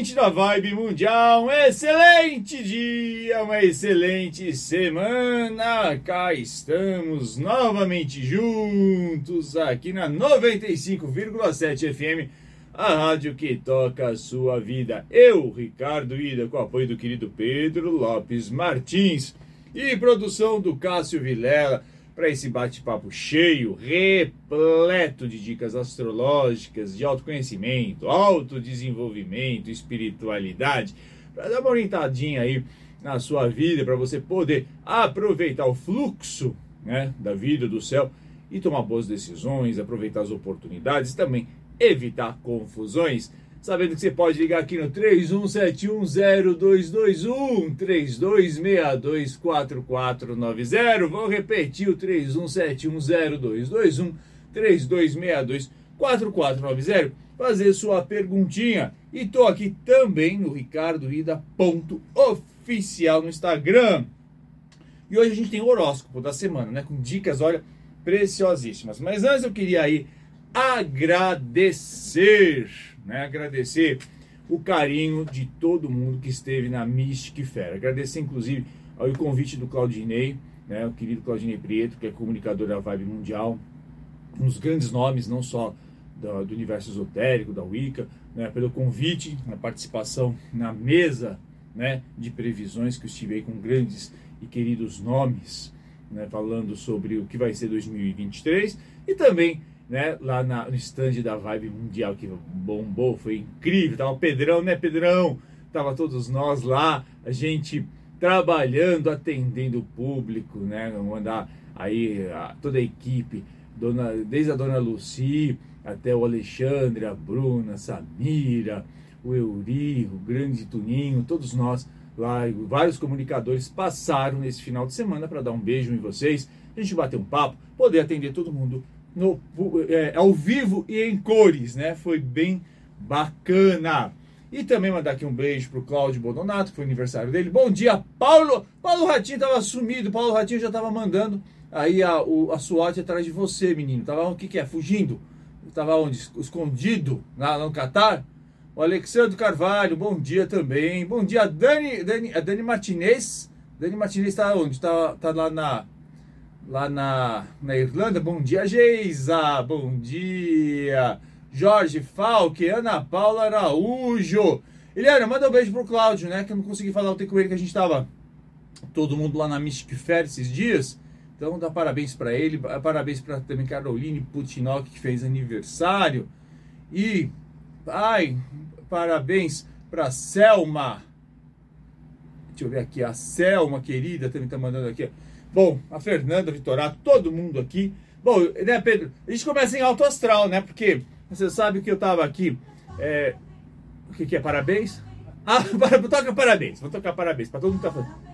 ouvinte da Vibe Mundial, um excelente dia, uma excelente semana. Cá estamos novamente juntos aqui na 95,7 FM, a rádio que toca a sua vida. Eu, Ricardo Ida, com o apoio do querido Pedro Lopes Martins e produção do Cássio Vilela, para esse bate-papo cheio, repleto de dicas astrológicas, de autoconhecimento, autodesenvolvimento, espiritualidade, para dar uma orientadinha aí na sua vida, para você poder aproveitar o fluxo, né, da vida, do céu, e tomar boas decisões, aproveitar as oportunidades e também evitar confusões. Sabendo que você pode ligar aqui no 31710221, 32624490. Vou repetir o 31710221, 32624490. Fazer sua perguntinha. E tô aqui também no ricardoida.oficial no Instagram. E hoje a gente tem o horóscopo da semana, né? Com dicas, olha, preciosíssimas. Mas antes eu queria aí agradecer o carinho de todo mundo que esteve na Mystic Fair. Agradecer, inclusive, ao convite do Claudinei, né, o querido Claudinei Prieto, que é comunicador da Vibe Mundial, um dos grandes nomes, não só do universo esotérico, da Wicca, né, pelo convite, a participação na mesa, né, de previsões, que eu estive aí com grandes e queridos nomes, né, falando sobre o que vai ser 2023, e também, né, lá no stand da Vibe Mundial, que bombou, foi incrível. Tava o Pedrão, né, Pedrão? Tava todos nós lá, a gente trabalhando, atendendo o público, né? Mandar aí toda a equipe, desde a dona Lucy até o Alexandre, a Bruna, a Samira, o Euri, o grande Tuninho, todos nós lá, vários comunicadores passaram nesse final de semana para dar um beijo em vocês, a gente bater um papo, poder atender todo mundo ao vivo e em cores, né? Foi bem bacana. E também mandar aqui um beijo pro Cláudio Bodonato, que foi aniversário dele. Bom dia, Paulo! Paulo Ratinho tava sumido, Paulo Ratinho já tava mandando aí a SWAT atrás de você, menino. Tava, o que é? Fugindo? Tava onde? Escondido? Lá no Catar? O Alexandre Carvalho, bom dia também. Bom dia, a Dani Martinez. Dani Martinez tá onde? Tá lá na Irlanda. Bom dia, Geisa. Bom dia, Jorge Falque, Ana Paula Araújo. Eliana, manda um beijo pro Cláudio, né? Que eu não consegui falar ontem com ele, que a gente tava todo mundo lá na Mystic Fair esses dias. Então dá parabéns para ele. Parabéns para também Caroline Putinock, que fez aniversário. E parabéns para Selma. Deixa eu ver aqui, a Selma querida também tá mandando aqui. Bom, a Fernanda Vitorato, todo mundo aqui. Bom, né, Pedro? A gente começa em alto astral, né? Porque você sabe que eu tava aqui. O que é parabéns? Toca parabéns. Vou tocar parabéns para todo mundo que tá falando.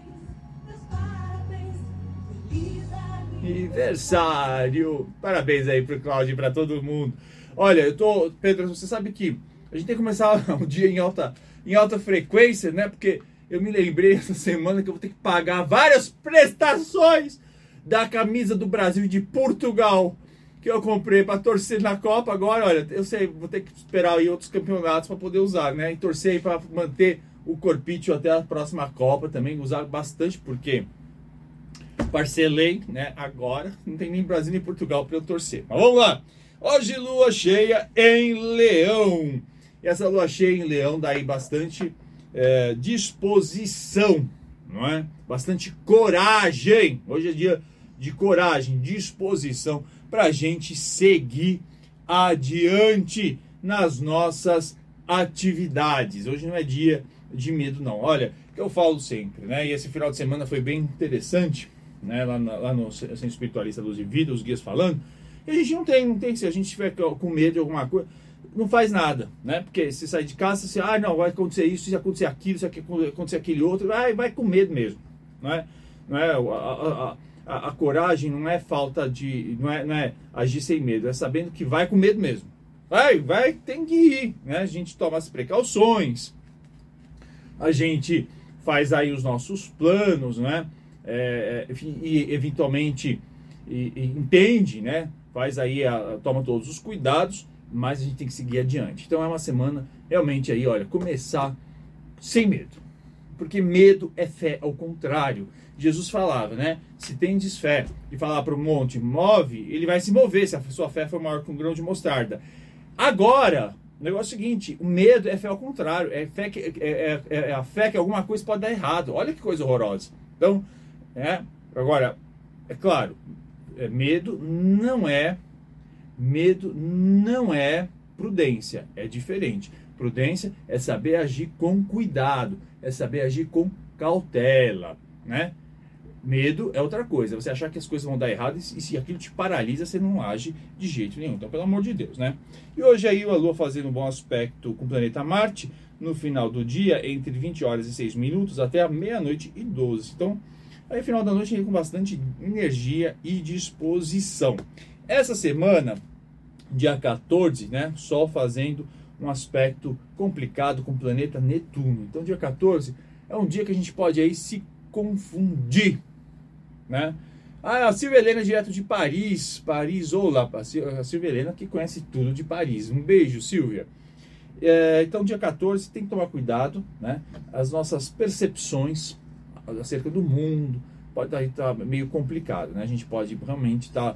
Aniversário! Parabéns aí pro Cláudio e para todo mundo. Olha, Pedro, você sabe que a gente tem que começar um dia em alta frequência, né? Porque eu me lembrei essa semana que eu vou ter que pagar várias prestações da camisa do Brasil e de Portugal que eu comprei para torcer na Copa. Agora, olha, eu sei, vou ter que esperar aí outros campeonatos para poder usar, né? E torcer aí para manter o corpício até a próxima Copa também, usar bastante, porque parcelei, né? Agora não tem nem Brasil nem Portugal para eu torcer. Mas vamos lá! Hoje lua cheia em Leão. E essa lua cheia em Leão dá aí bastante disposição, não é? Bastante coragem. Hoje é dia de coragem, disposição para a gente seguir adiante nas nossas atividades. Hoje não é dia de medo, não. Olha, que eu falo sempre, né? E esse final de semana foi bem interessante, né? Lá no Centro Espiritualista Luz e Vida, os guias falando. E a gente não tem, se a gente tiver com medo de alguma coisa, não faz nada, né? Porque se sair de casa, você, não, vai acontecer isso, se acontecer aquilo, se acontecer aquele outro, vai com medo mesmo, não é? A coragem não é falta de, não é agir sem medo, é sabendo que vai com medo mesmo. Tem que ir, né? A gente toma as precauções, a gente faz aí os nossos planos, né? E eventualmente entende, né? Faz aí, toma todos os cuidados, mas a gente tem que seguir adiante. Então é uma semana realmente aí, olha, começar sem medo, porque medo é fé ao contrário. Jesus falava, né? Se tendes fé e falar para o monte, move, ele vai se mover, se a sua fé for maior que um grão de mostarda. Agora, o negócio é o seguinte, o medo é fé ao contrário, é a fé que alguma coisa pode dar errado. Olha que coisa horrorosa. Então, agora, é claro, medo não é prudência, é diferente. Prudência é saber agir com cuidado, é saber agir com cautela, né? Medo é outra coisa, você achar que as coisas vão dar errado e se aquilo te paralisa, você não age de jeito nenhum. Então, pelo amor de Deus, né? E hoje aí a Lua fazendo um bom aspecto com o planeta Marte, no final do dia, entre 20 horas e 6 minutos até a meia-noite e 12. Então, aí final da noite com bastante energia e disposição. Essa semana, dia 14, né? Sol fazendo um aspecto complicado com o planeta Netuno. Então, dia 14 é um dia que a gente pode aí se confundir, né? A Silvia Helena, direto de Paris, olá, a Silvia Helena que conhece tudo de Paris. Um beijo, Silvia. Então, dia 14, tem que tomar cuidado, né? As nossas percepções acerca do mundo pode estar meio complicado, né? A gente pode realmente estar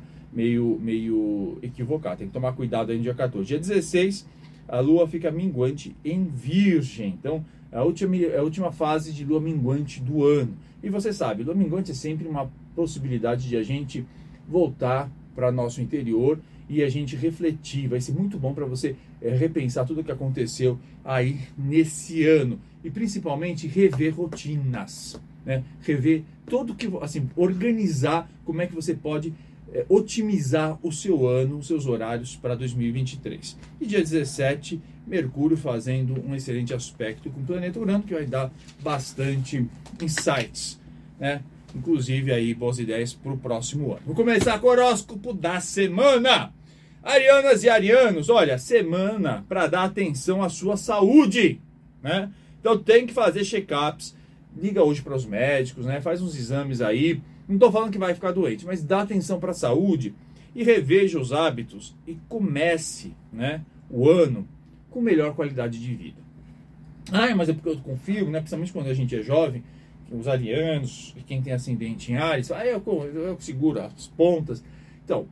meio equivocado. Tem que tomar cuidado aí no dia 14. Dia 16, a Lua fica minguante em Virgem. Então, a última fase de Lua minguante do ano. E você sabe, Lua minguante é sempre uma possibilidade de a gente voltar para nosso interior e a gente refletir. Vai ser muito bom para você repensar tudo o que aconteceu aí nesse ano. E principalmente rever rotinas, né? Rever tudo que, assim, organizar como é que você pode otimizar o seu ano, os seus horários para 2023. E dia 17, Mercúrio fazendo um excelente aspecto com o planeta Urano, que vai dar bastante insights, né? Inclusive aí boas ideias para o próximo ano. Vou começar com o horóscopo da semana. Arianas e arianos, olha, semana para dar atenção à sua saúde, né? Então tem que fazer check-ups, liga hoje para os médicos, né? Faz uns exames aí. Não estou falando que vai ficar doente, mas dá atenção para a saúde e reveja os hábitos e comece, né, o ano com melhor qualidade de vida. Mas é porque eu confio, né, principalmente quando a gente é jovem, os arianos, quem tem ascendente em Áries, eu seguro as pontas. Então,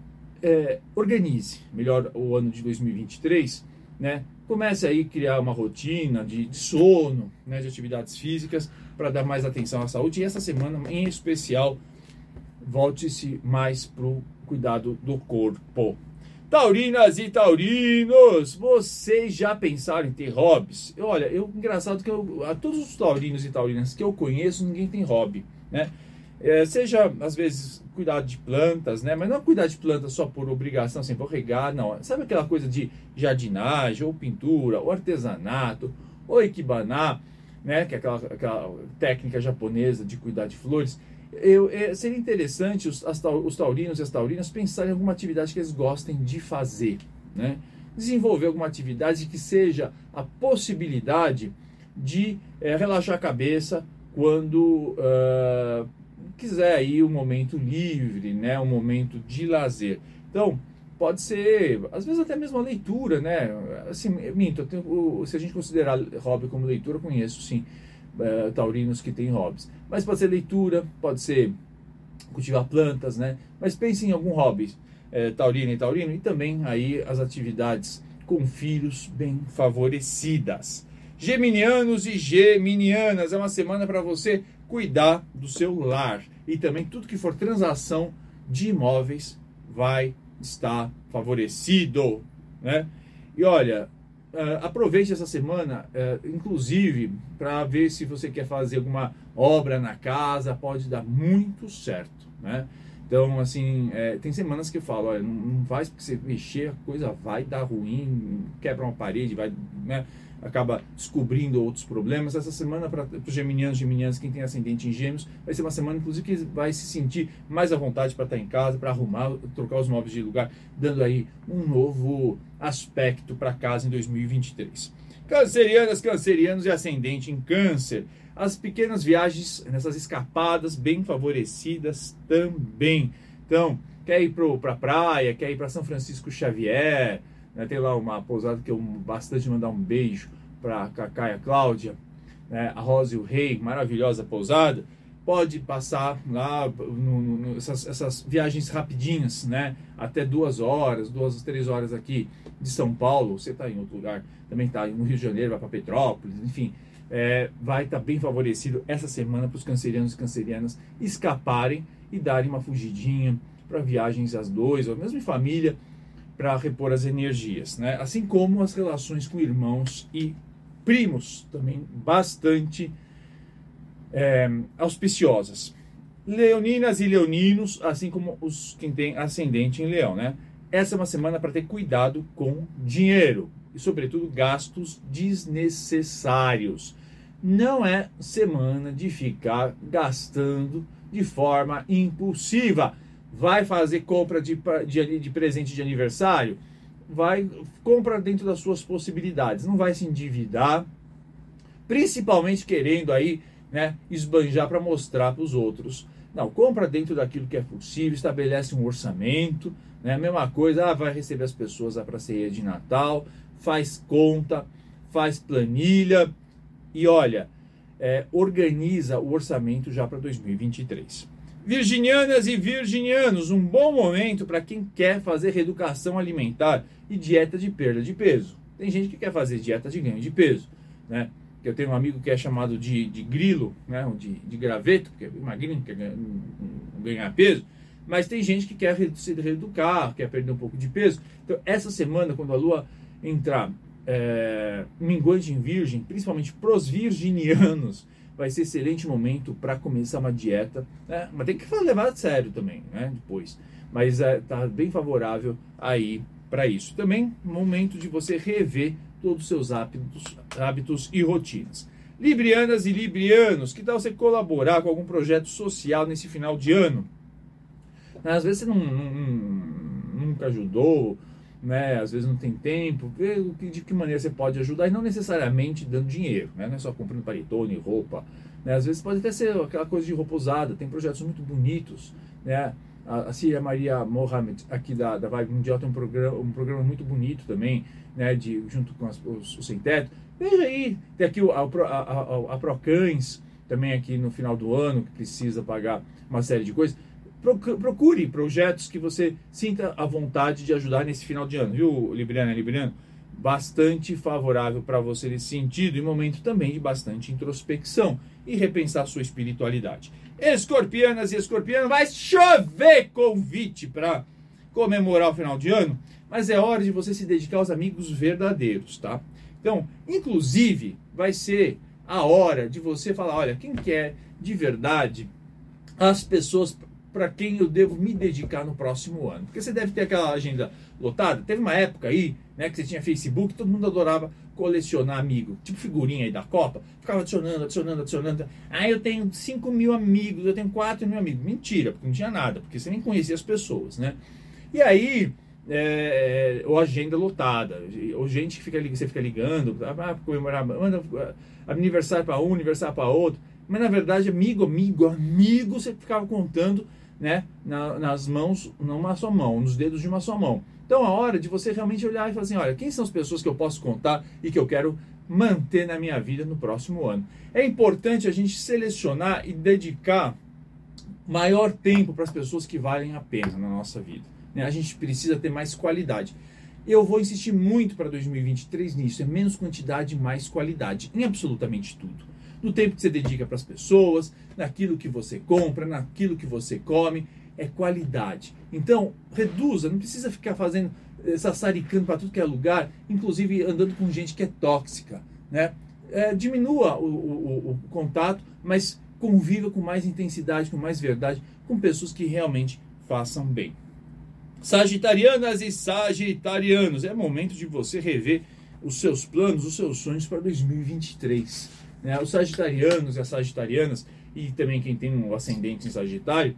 organize melhor o ano de 2023, né? Comece aí a criar uma rotina de sono, né, de atividades físicas para dar mais atenção à saúde. E essa semana, em especial, volte-se mais para o cuidado do corpo. Taurinas e taurinos, vocês já pensaram em ter hobbies? Olha, engraçado que a todos os taurinos e taurinas que eu conheço, ninguém tem hobby, né? Seja, às vezes, cuidar de plantas, né? Mas não cuidar de plantas só por obrigação, assim, vou regar, não. Sabe aquela coisa de jardinagem, ou pintura, ou artesanato, ou ikebana, né? Que é aquela técnica japonesa de cuidar de flores. Seria interessante os taurinos e as taurinas pensarem em alguma atividade que eles gostem de fazer, né? Desenvolver alguma atividade que seja a possibilidade de relaxar a cabeça quando quiser aí um momento livre, né? Um momento de lazer. Então, pode ser, às vezes até mesmo a leitura, né? Assim, minto, se a gente considerar hobby como leitura, eu conheço sim taurinos que têm hobbies. Mas pode ser leitura, pode ser cultivar plantas, né? Mas pense em algum hobby, taurino e taurino, e também aí as atividades com filhos bem favorecidas. Geminianos e geminianas, é uma semana para você cuidar do seu lar. E também tudo que for transação de imóveis vai estar favorecido, né? E olha, aproveite essa semana, inclusive, para ver se você quer fazer alguma obra na casa, pode dar muito certo, né? Então, assim, tem semanas que eu falo, olha, não faz porque você mexer, a coisa vai dar ruim, quebra uma parede, vai, né, acaba descobrindo outros problemas. Essa semana, para os geminianos, quem tem ascendente em gêmeos, vai ser uma semana, inclusive, que vai se sentir mais à vontade para estar em casa, para arrumar, trocar os móveis de lugar, dando aí um novo aspecto para casa em 2023. Cancerianas, cancerianos e ascendente em câncer. As pequenas viagens, nessas escapadas bem favorecidas também. Então, quer ir para a praia, quer ir para São Francisco Xavier, né? Tem lá uma pousada que eu bastante mandar um beijo para a Cacá e a Cláudia, né? A Rosa e o Rei, maravilhosa pousada. Pode passar lá essas viagens rapidinhas, né? Até 2 horas, 2 a 3 horas aqui de São Paulo. Você está em outro lugar, também está no Rio de Janeiro, vai para Petrópolis, enfim. Vai estar bem favorecido essa semana para os cancerianos e cancerianas escaparem e darem uma fugidinha para viagens às 2, ou mesmo em família, para repor as energias, né? Assim como as relações com irmãos e primos, também bastante auspiciosas. Leoninas e leoninos, assim como quem tem ascendente em leão, né? Essa é uma semana para ter cuidado com dinheiro e, sobretudo, gastos desnecessários. Não é semana de ficar gastando de forma impulsiva. Vai fazer compra de presente de aniversário? Compra dentro das suas possibilidades. Não vai se endividar, principalmente querendo aí, né, esbanjar para mostrar para os outros. Não, compra dentro daquilo que é possível, estabelece um orçamento, né? Mesma coisa, vai receber as pessoas para a ceia de Natal, faz conta, faz planilha e olha, organiza o orçamento já para 2023. Virginianas e virginianos, um bom momento para quem quer fazer reeducação alimentar e dieta de perda de peso. Tem gente que quer fazer dieta de ganho de peso, né? Eu tenho um amigo que é chamado de grilo, né? de graveto, que é magrinho, quer ganhar peso, mas tem gente que quer se reeducar, quer perder um pouco de peso. Então, essa semana, quando a lua entrar minguante em virgem, principalmente para os virginianos, vai ser excelente momento para começar uma dieta, né? Mas tem que levar a sério também, né? Depois. Mas tá bem favorável aí para isso. Também momento de você rever todos os seus hábitos e rotinas. Librianas e librianos, que tal você colaborar com algum projeto social nesse final de ano? Às vezes você nunca ajudou, né? Às vezes não tem tempo, de que maneira você pode ajudar, e não necessariamente dando dinheiro, né? Não é só comprando panetone, roupa, né? Às vezes pode até ser aquela coisa de roupa usada, tem projetos muito bonitos, né? A Síria Maria Mohamed, aqui da Vibe Mundial, tem um programa muito bonito também, né? Junto com os Sem Teto. Veja aí, tem aqui a Procães, também aqui no final do ano, que precisa pagar uma série de coisas. Procure projetos que você sinta a vontade de ajudar nesse final de ano, viu, Libriana e Libriano? Bastante favorável para você nesse sentido, e momento também de bastante introspecção e repensar sua espiritualidade. Escorpianas e escorpianos, vai chover convite para comemorar o final de ano, mas é hora de você se dedicar aos amigos verdadeiros, tá? Então, inclusive, vai ser a hora de você falar, olha, quem quer de verdade as pessoas para quem eu devo me dedicar no próximo ano. Porque você deve ter aquela agenda lotada. Teve uma época aí, né, que você tinha Facebook, todo mundo adorava colecionar amigo, tipo figurinha aí da Copa, ficava adicionando. Eu tenho 5.000 amigos, eu tenho 4.000 amigos. Mentira, porque não tinha nada, porque você nem conhecia as pessoas, né? E aí, ou agenda lotada, ou gente que você fica ligando, comemorar, manda aniversário para um, aniversário para outro, mas na verdade, amigo, você ficava contando, né, nas mãos, numa só mão, nos dedos de uma só mão. Então, a hora de você realmente olhar e falar assim, olha, quem são as pessoas que eu posso contar e que eu quero manter na minha vida no próximo ano? É importante a gente selecionar e dedicar maior tempo para as pessoas que valem a pena na nossa vida, né? A gente precisa ter mais qualidade. Eu vou insistir muito para 2023 nisso, é menos quantidade, mais qualidade, em absolutamente tudo. No tempo que você dedica para as pessoas, naquilo que você compra, naquilo que você come, é qualidade. Então, reduza, não precisa ficar fazendo, sassaricando para tudo que é lugar, inclusive andando com gente que é tóxica, né? Diminua o contato, mas conviva com mais intensidade, com mais verdade, com pessoas que realmente façam bem. Sagitarianas e sagitarianos, é momento de você rever os seus planos, os seus sonhos para 2023. Né? Os sagitarianos e as sagitarianas, e também quem tem um ascendente em Sagitário,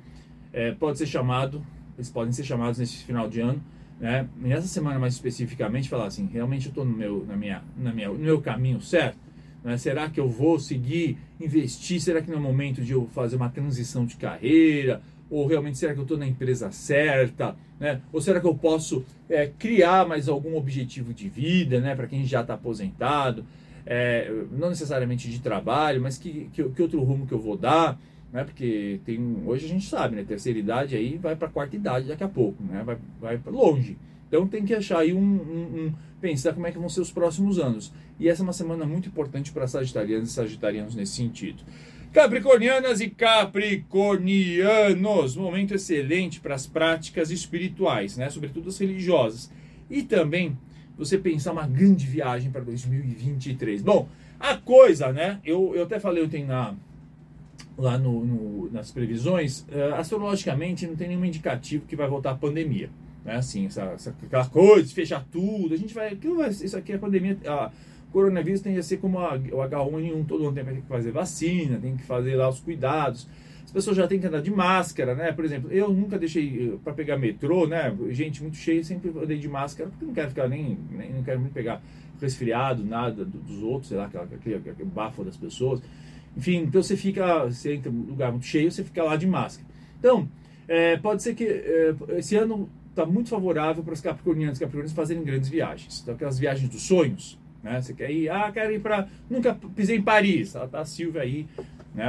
eles podem ser chamados nesse final de ano, né? Nessa semana mais especificamente, falar assim, realmente eu estou no meu caminho certo? Né? Será que eu vou seguir, investir? Será que não é momento de eu fazer uma transição de carreira? Ou realmente será que eu estou na empresa certa? Né? Ou será que eu posso criar mais algum objetivo de vida, né? Para quem já está aposentado? Não necessariamente de trabalho, mas que outro rumo que eu vou dar? Né? Porque hoje a gente sabe, né? Terceira idade aí vai para quarta idade daqui a pouco, né? Vai para longe. Então tem que achar aí pensar como é que vão ser os próximos anos. E essa é uma semana muito importante para sagitarianos e sagitarianos nesse sentido. Capricornianas e capricornianos, momento excelente para as práticas espirituais, né? Sobretudo as religiosas. E também você pensar uma grande viagem para 2023. Bom, a coisa, né? Eu até falei ontem lá nas previsões, astrologicamente não tem nenhum indicativo que vai voltar a pandemia. Né? Assim, aquela coisa de fechar tudo, a gente vai... Isso aqui é a pandemia... O coronavírus tende a ser como o H1N1, todo mundo tem que fazer vacina, tem que fazer lá os cuidados. As pessoas já têm que andar de máscara, né? Por exemplo, eu nunca deixei para pegar metrô, né? Gente muito cheia, sempre andei de máscara, porque não quero ficar não quero nem pegar resfriado, nada dos outros, sei lá, aquele bafo das pessoas. Enfim, então você entra em um lugar muito cheio, você fica lá de máscara. Então, pode ser que esse ano está muito favorável para os capricornianos fazerem grandes viagens. Então, aquelas viagens dos sonhos. Né? Você quer ir, quero ir para... Nunca pisei em Paris, tá a Silvia aí, né?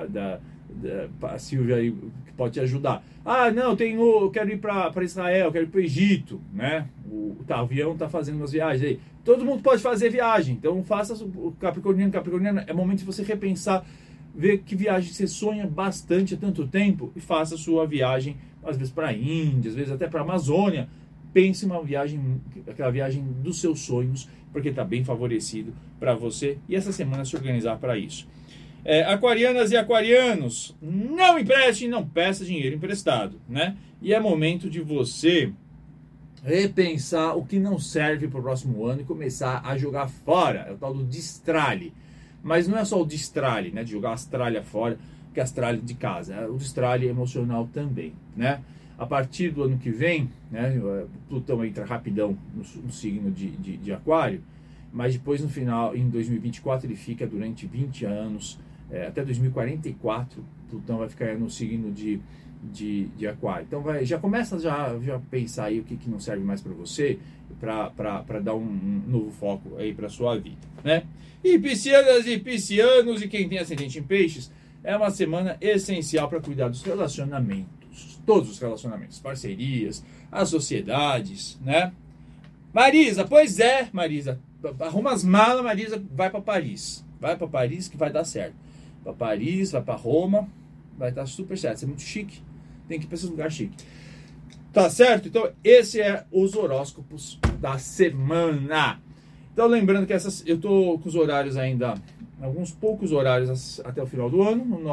A Silvia aí que pode te ajudar. Não, eu quero ir para Israel, quero ir para o Egito, né? O avião está fazendo umas viagens aí. Todo mundo pode fazer viagem, então faça o capricorniana, é momento de você repensar, ver que viagem você sonha bastante há tanto tempo e faça a sua viagem, às vezes para a Índia, às vezes até para a Amazônia. Pense uma viagem, aquela viagem dos seus sonhos, porque está bem favorecido para você e essa semana se organizar para isso. Aquarianas e aquarianos, não empreste, não peça dinheiro emprestado, né? E é momento de você repensar o que não serve para o próximo ano e começar a jogar fora. É o tal do destralhe. Mas não é só o destralhe, né? De jogar a astralha fora, que é a astralha de casa. É o destralhe emocional também, né? A partir do ano que vem, né, Plutão entra rapidão no signo de Aquário, mas depois no final, em 2024, ele fica durante 20 anos, até 2044, Plutão vai ficar no signo de Aquário. Então já começa já pensar aí o que não serve mais para você, para dar um novo foco aí para sua vida, né? E piscianas e piscianos, e quem tem ascendente em peixes, é uma semana essencial para cuidar dos relacionamentos. Todos os relacionamentos, parcerias, as sociedades, né? Marisa, pois é, Marisa, arruma as malas, Marisa, vai para Paris. Vai para Paris que vai dar certo. Para Paris, vai para Roma, vai dar super certo. Você é muito chique, tem que ir para esse lugar chique. Tá certo? Então, esse é os horóscopos da semana. Então, lembrando que eu tô com os horários ainda, alguns poucos horários até o final do ano, no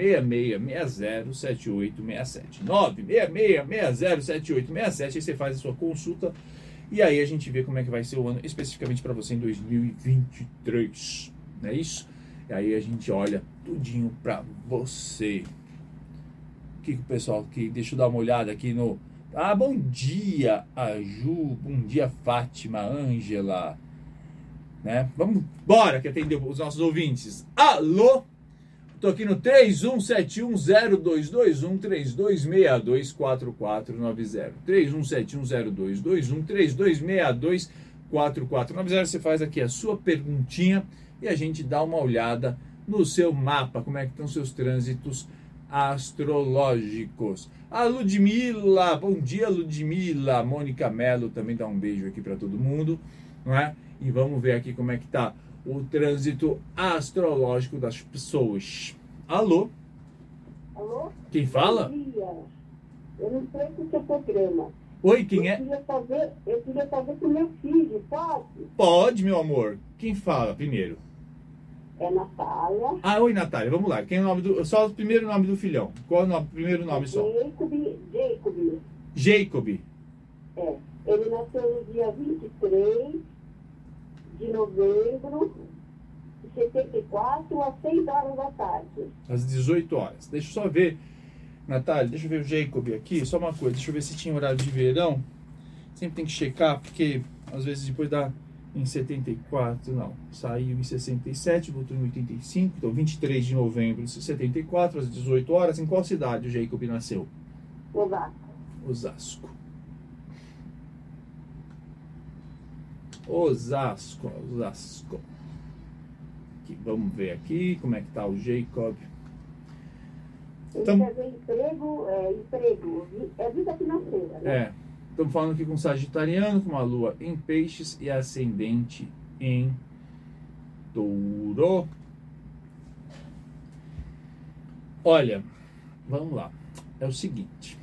966607867. 966607867, aí você faz a sua consulta e aí a gente vê como é que vai ser o ano especificamente para você em 2023. Não é isso? E aí a gente olha tudinho para você. O que o pessoal que deixa eu dar uma olhada aqui no... bom dia, Aju, bom dia, Fátima, Ângela, né? Vamos embora que atendeu os nossos ouvintes. Alô? Tô aqui no 31710221 32624490. 31710221 32624490. Você faz aqui a sua perguntinha e a gente dá uma olhada no seu mapa, como é que estão seus trânsitos astrológicos. A Ludmila, bom dia, Ludmila. Mônica Mello também dá um beijo aqui para todo mundo, não é? E vamos ver aqui como é que tá o trânsito astrológico das pessoas. Alô? Alô? Quem fala? Bom dia. Eu não sei o seu programa. Oi, quem é? Eu queria saber com meu filho, pode? Pode, meu amor. Quem fala primeiro? É Natália. Oi, Natália, vamos lá. Quem é o nome só o primeiro nome do filhão. Qual é o primeiro nome só? Jacob. Jacob. Ele nasceu no dia 23 de novembro de 74, às 6 horas da tarde. Às 18 horas. Deixa eu só ver, Natália, deixa eu ver o Jacob aqui. Só uma coisa, deixa eu ver se tinha horário de verão. Sempre tem que checar, porque às vezes depois em 74, não, saiu em 67, voltou em 85, então 23 de novembro de 74, às 18 horas, em qual cidade o Jacob nasceu? Osasco. Osasco. Aqui, vamos ver aqui como é que tá o Jacob. Ele quer ver emprego, é vida financeira, né? É, estamos falando aqui com sagitariano, com uma lua em peixes e ascendente em touro. Olha, vamos lá, é o seguinte,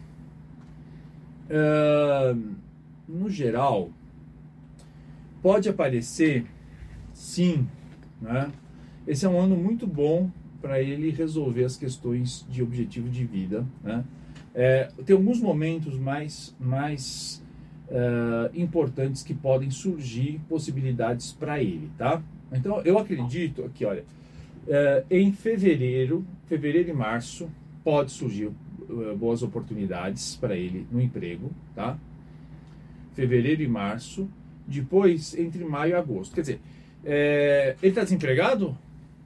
no geral, pode aparecer, sim, né? Esse é um ano muito bom para ele resolver as questões de objetivo de vida, né? Tem alguns momentos mais importantes que podem surgir possibilidades para ele, tá? Então, eu acredito aqui, olha, em fevereiro e março pode surgir boas oportunidades para ele no emprego, tá? Fevereiro e março. Depois, entre maio e agosto. Quer dizer, ele está desempregado?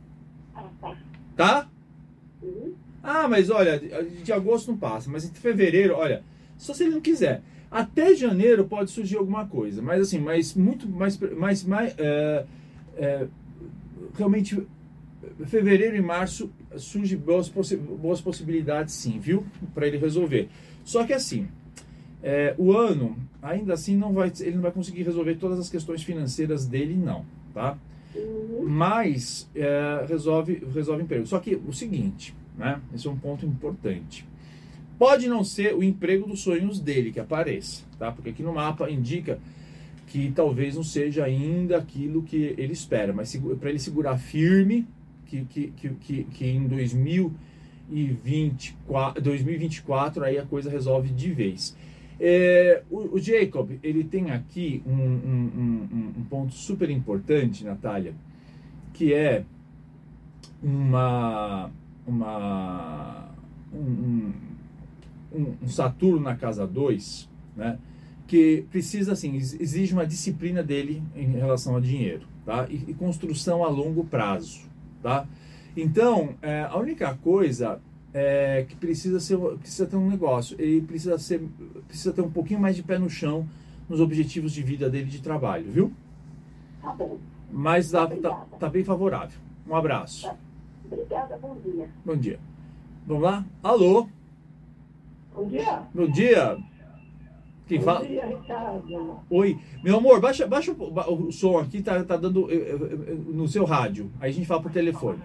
Tá? Ah, mas olha, de agosto não passa, mas entre fevereiro, olha, só se ele não quiser. Até janeiro pode surgir alguma coisa, mas assim, realmente, fevereiro e março surgem boas possibilidades, sim, viu? Para ele resolver. Só que assim, o ano, ainda assim, ele não vai conseguir resolver todas as questões financeiras dele, não, tá? Mas resolve emprego. Só que o seguinte, né? Esse é um ponto importante. Pode não ser o emprego dos sonhos dele que apareça, tá? Porque aqui no mapa indica que talvez não seja ainda aquilo que ele espera, mas para ele segurar firme que em 2024 aí a coisa resolve de vez. O Jacob, ele tem aqui um ponto super importante, Natália, que é um Saturno na casa 2, né? Que precisa, assim, exige uma disciplina dele em relação ao dinheiro, tá? E construção a longo prazo, tá? Então, a única coisa que precisa ter um negócio, ele precisa ter um pouquinho mais de pé no chão nos objetivos de vida dele de trabalho, viu? Tá bom. Mas tá bem favorável. Um abraço. Tá. Obrigada, bom dia. Bom dia. Vamos lá? Alô? Bom dia. Bom dia. Quem fala? Bom dia, Ricardo. Oi. Meu amor, baixa o som aqui, tá dando no seu rádio. Aí a gente fala por telefone.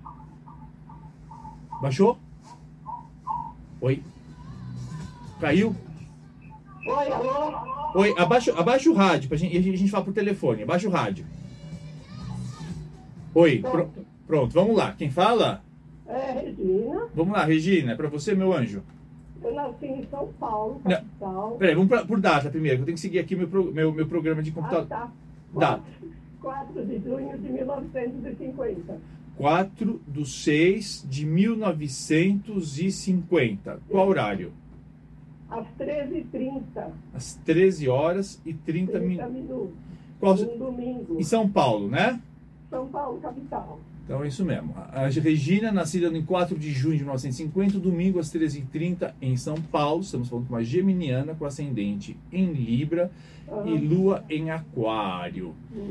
Baixou? Oi. Caiu? Oi, alô? Oi, abaixa o rádio, a gente fala por telefone. Abaixa o rádio. Oi, pronto, vamos lá. Quem fala? Regina. Vamos lá, Regina, é pra você, meu anjo. Eu nasci em São Paulo, capital. Peraí, vamos por data primeiro, que eu tenho que seguir aqui meu programa de computador. Tá. Data. 4 de junho de 1950. 4/6/1950. Qual horário? Às 13h30. Às 13 horas e 30 minutos. Um domingo. Em São Paulo, né? São Paulo, capital. Então é isso mesmo. A Regina, nascida em 4 de junho de 1950, domingo às 13h30 em São Paulo. Estamos falando com uma geminiana com ascendente em Libra e lua em Aquário.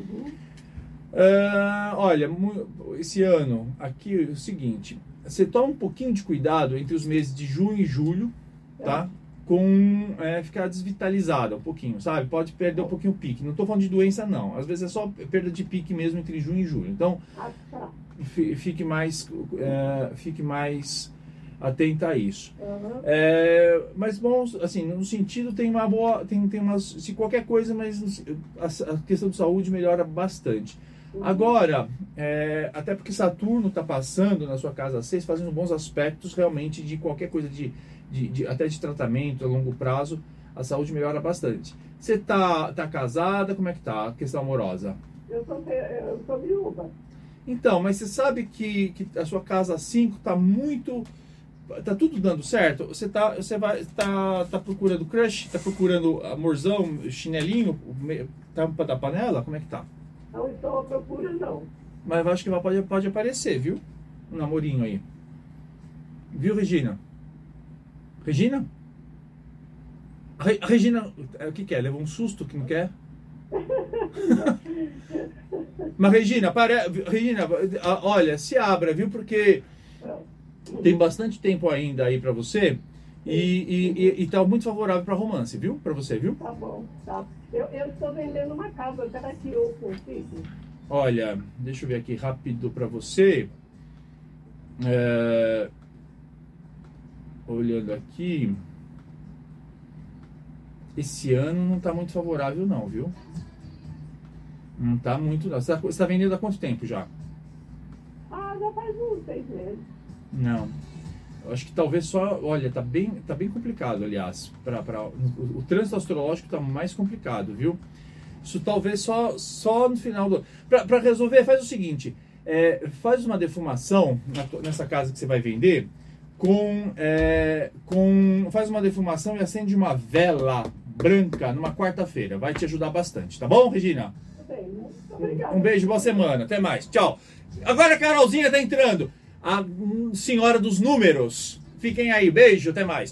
Olha, esse ano aqui é o seguinte, você toma um pouquinho de cuidado entre os meses de junho e julho, tá? Com ficar desvitalizada um pouquinho, sabe? Pode perder um pouquinho o pique. Não estou falando de doença, não. Às vezes é só perda de pique mesmo entre junho e julho. Então, fique mais atenta a isso. Mas bom, assim, no sentido tem uma boa, tem umas, se qualquer coisa, mas a questão de saúde melhora bastante. Agora, até porque Saturno está passando na sua casa 6, fazendo bons aspectos realmente de qualquer coisa até de tratamento a longo prazo, a saúde melhora bastante. Você tá casada? Como é que tá a questão amorosa? Eu sou viúva. Então, mas você sabe que a sua casa 5 está muito Tá tudo dando certo? Você tá procurando crush? Tá procurando amorzão, chinelinho, tampa da panela? Como é que tá? Não estou à procura, não. Mas eu acho que pode aparecer, viu? Um namorinho aí. Viu, Regina? Regina? A Regina, o que é? Levou um susto que não quer? Mas Regina, Regina, olha, se abra, viu? Porque tem bastante tempo ainda aí pra você e tá muito favorável pra romance, viu? Pra você, viu? Tá bom, tá. Eu estou vendendo uma casa, eu quero que eu consigo. Olha, deixa eu ver aqui rápido pra você. Olhando aqui, esse ano não tá muito favorável não, viu? Não tá muito não. Você tá vendendo há quanto tempo já? Ah, já faz uns 6 meses. Não. Eu acho que talvez só... Olha, tá bem complicado, aliás. O trânsito astrológico tá mais complicado, viu? Isso talvez só no final do... Pra resolver, faz o seguinte. Faz uma defumação nessa casa que você vai vender faz uma defumação e acende uma vela branca numa quarta-feira. Vai te ajudar bastante, tá bom, Regina? Bem, muito obrigada. Um beijo, boa semana. Até mais. Tchau. Agora a Carolzinha tá entrando. A senhora dos números. Fiquem aí. Beijo, até mais.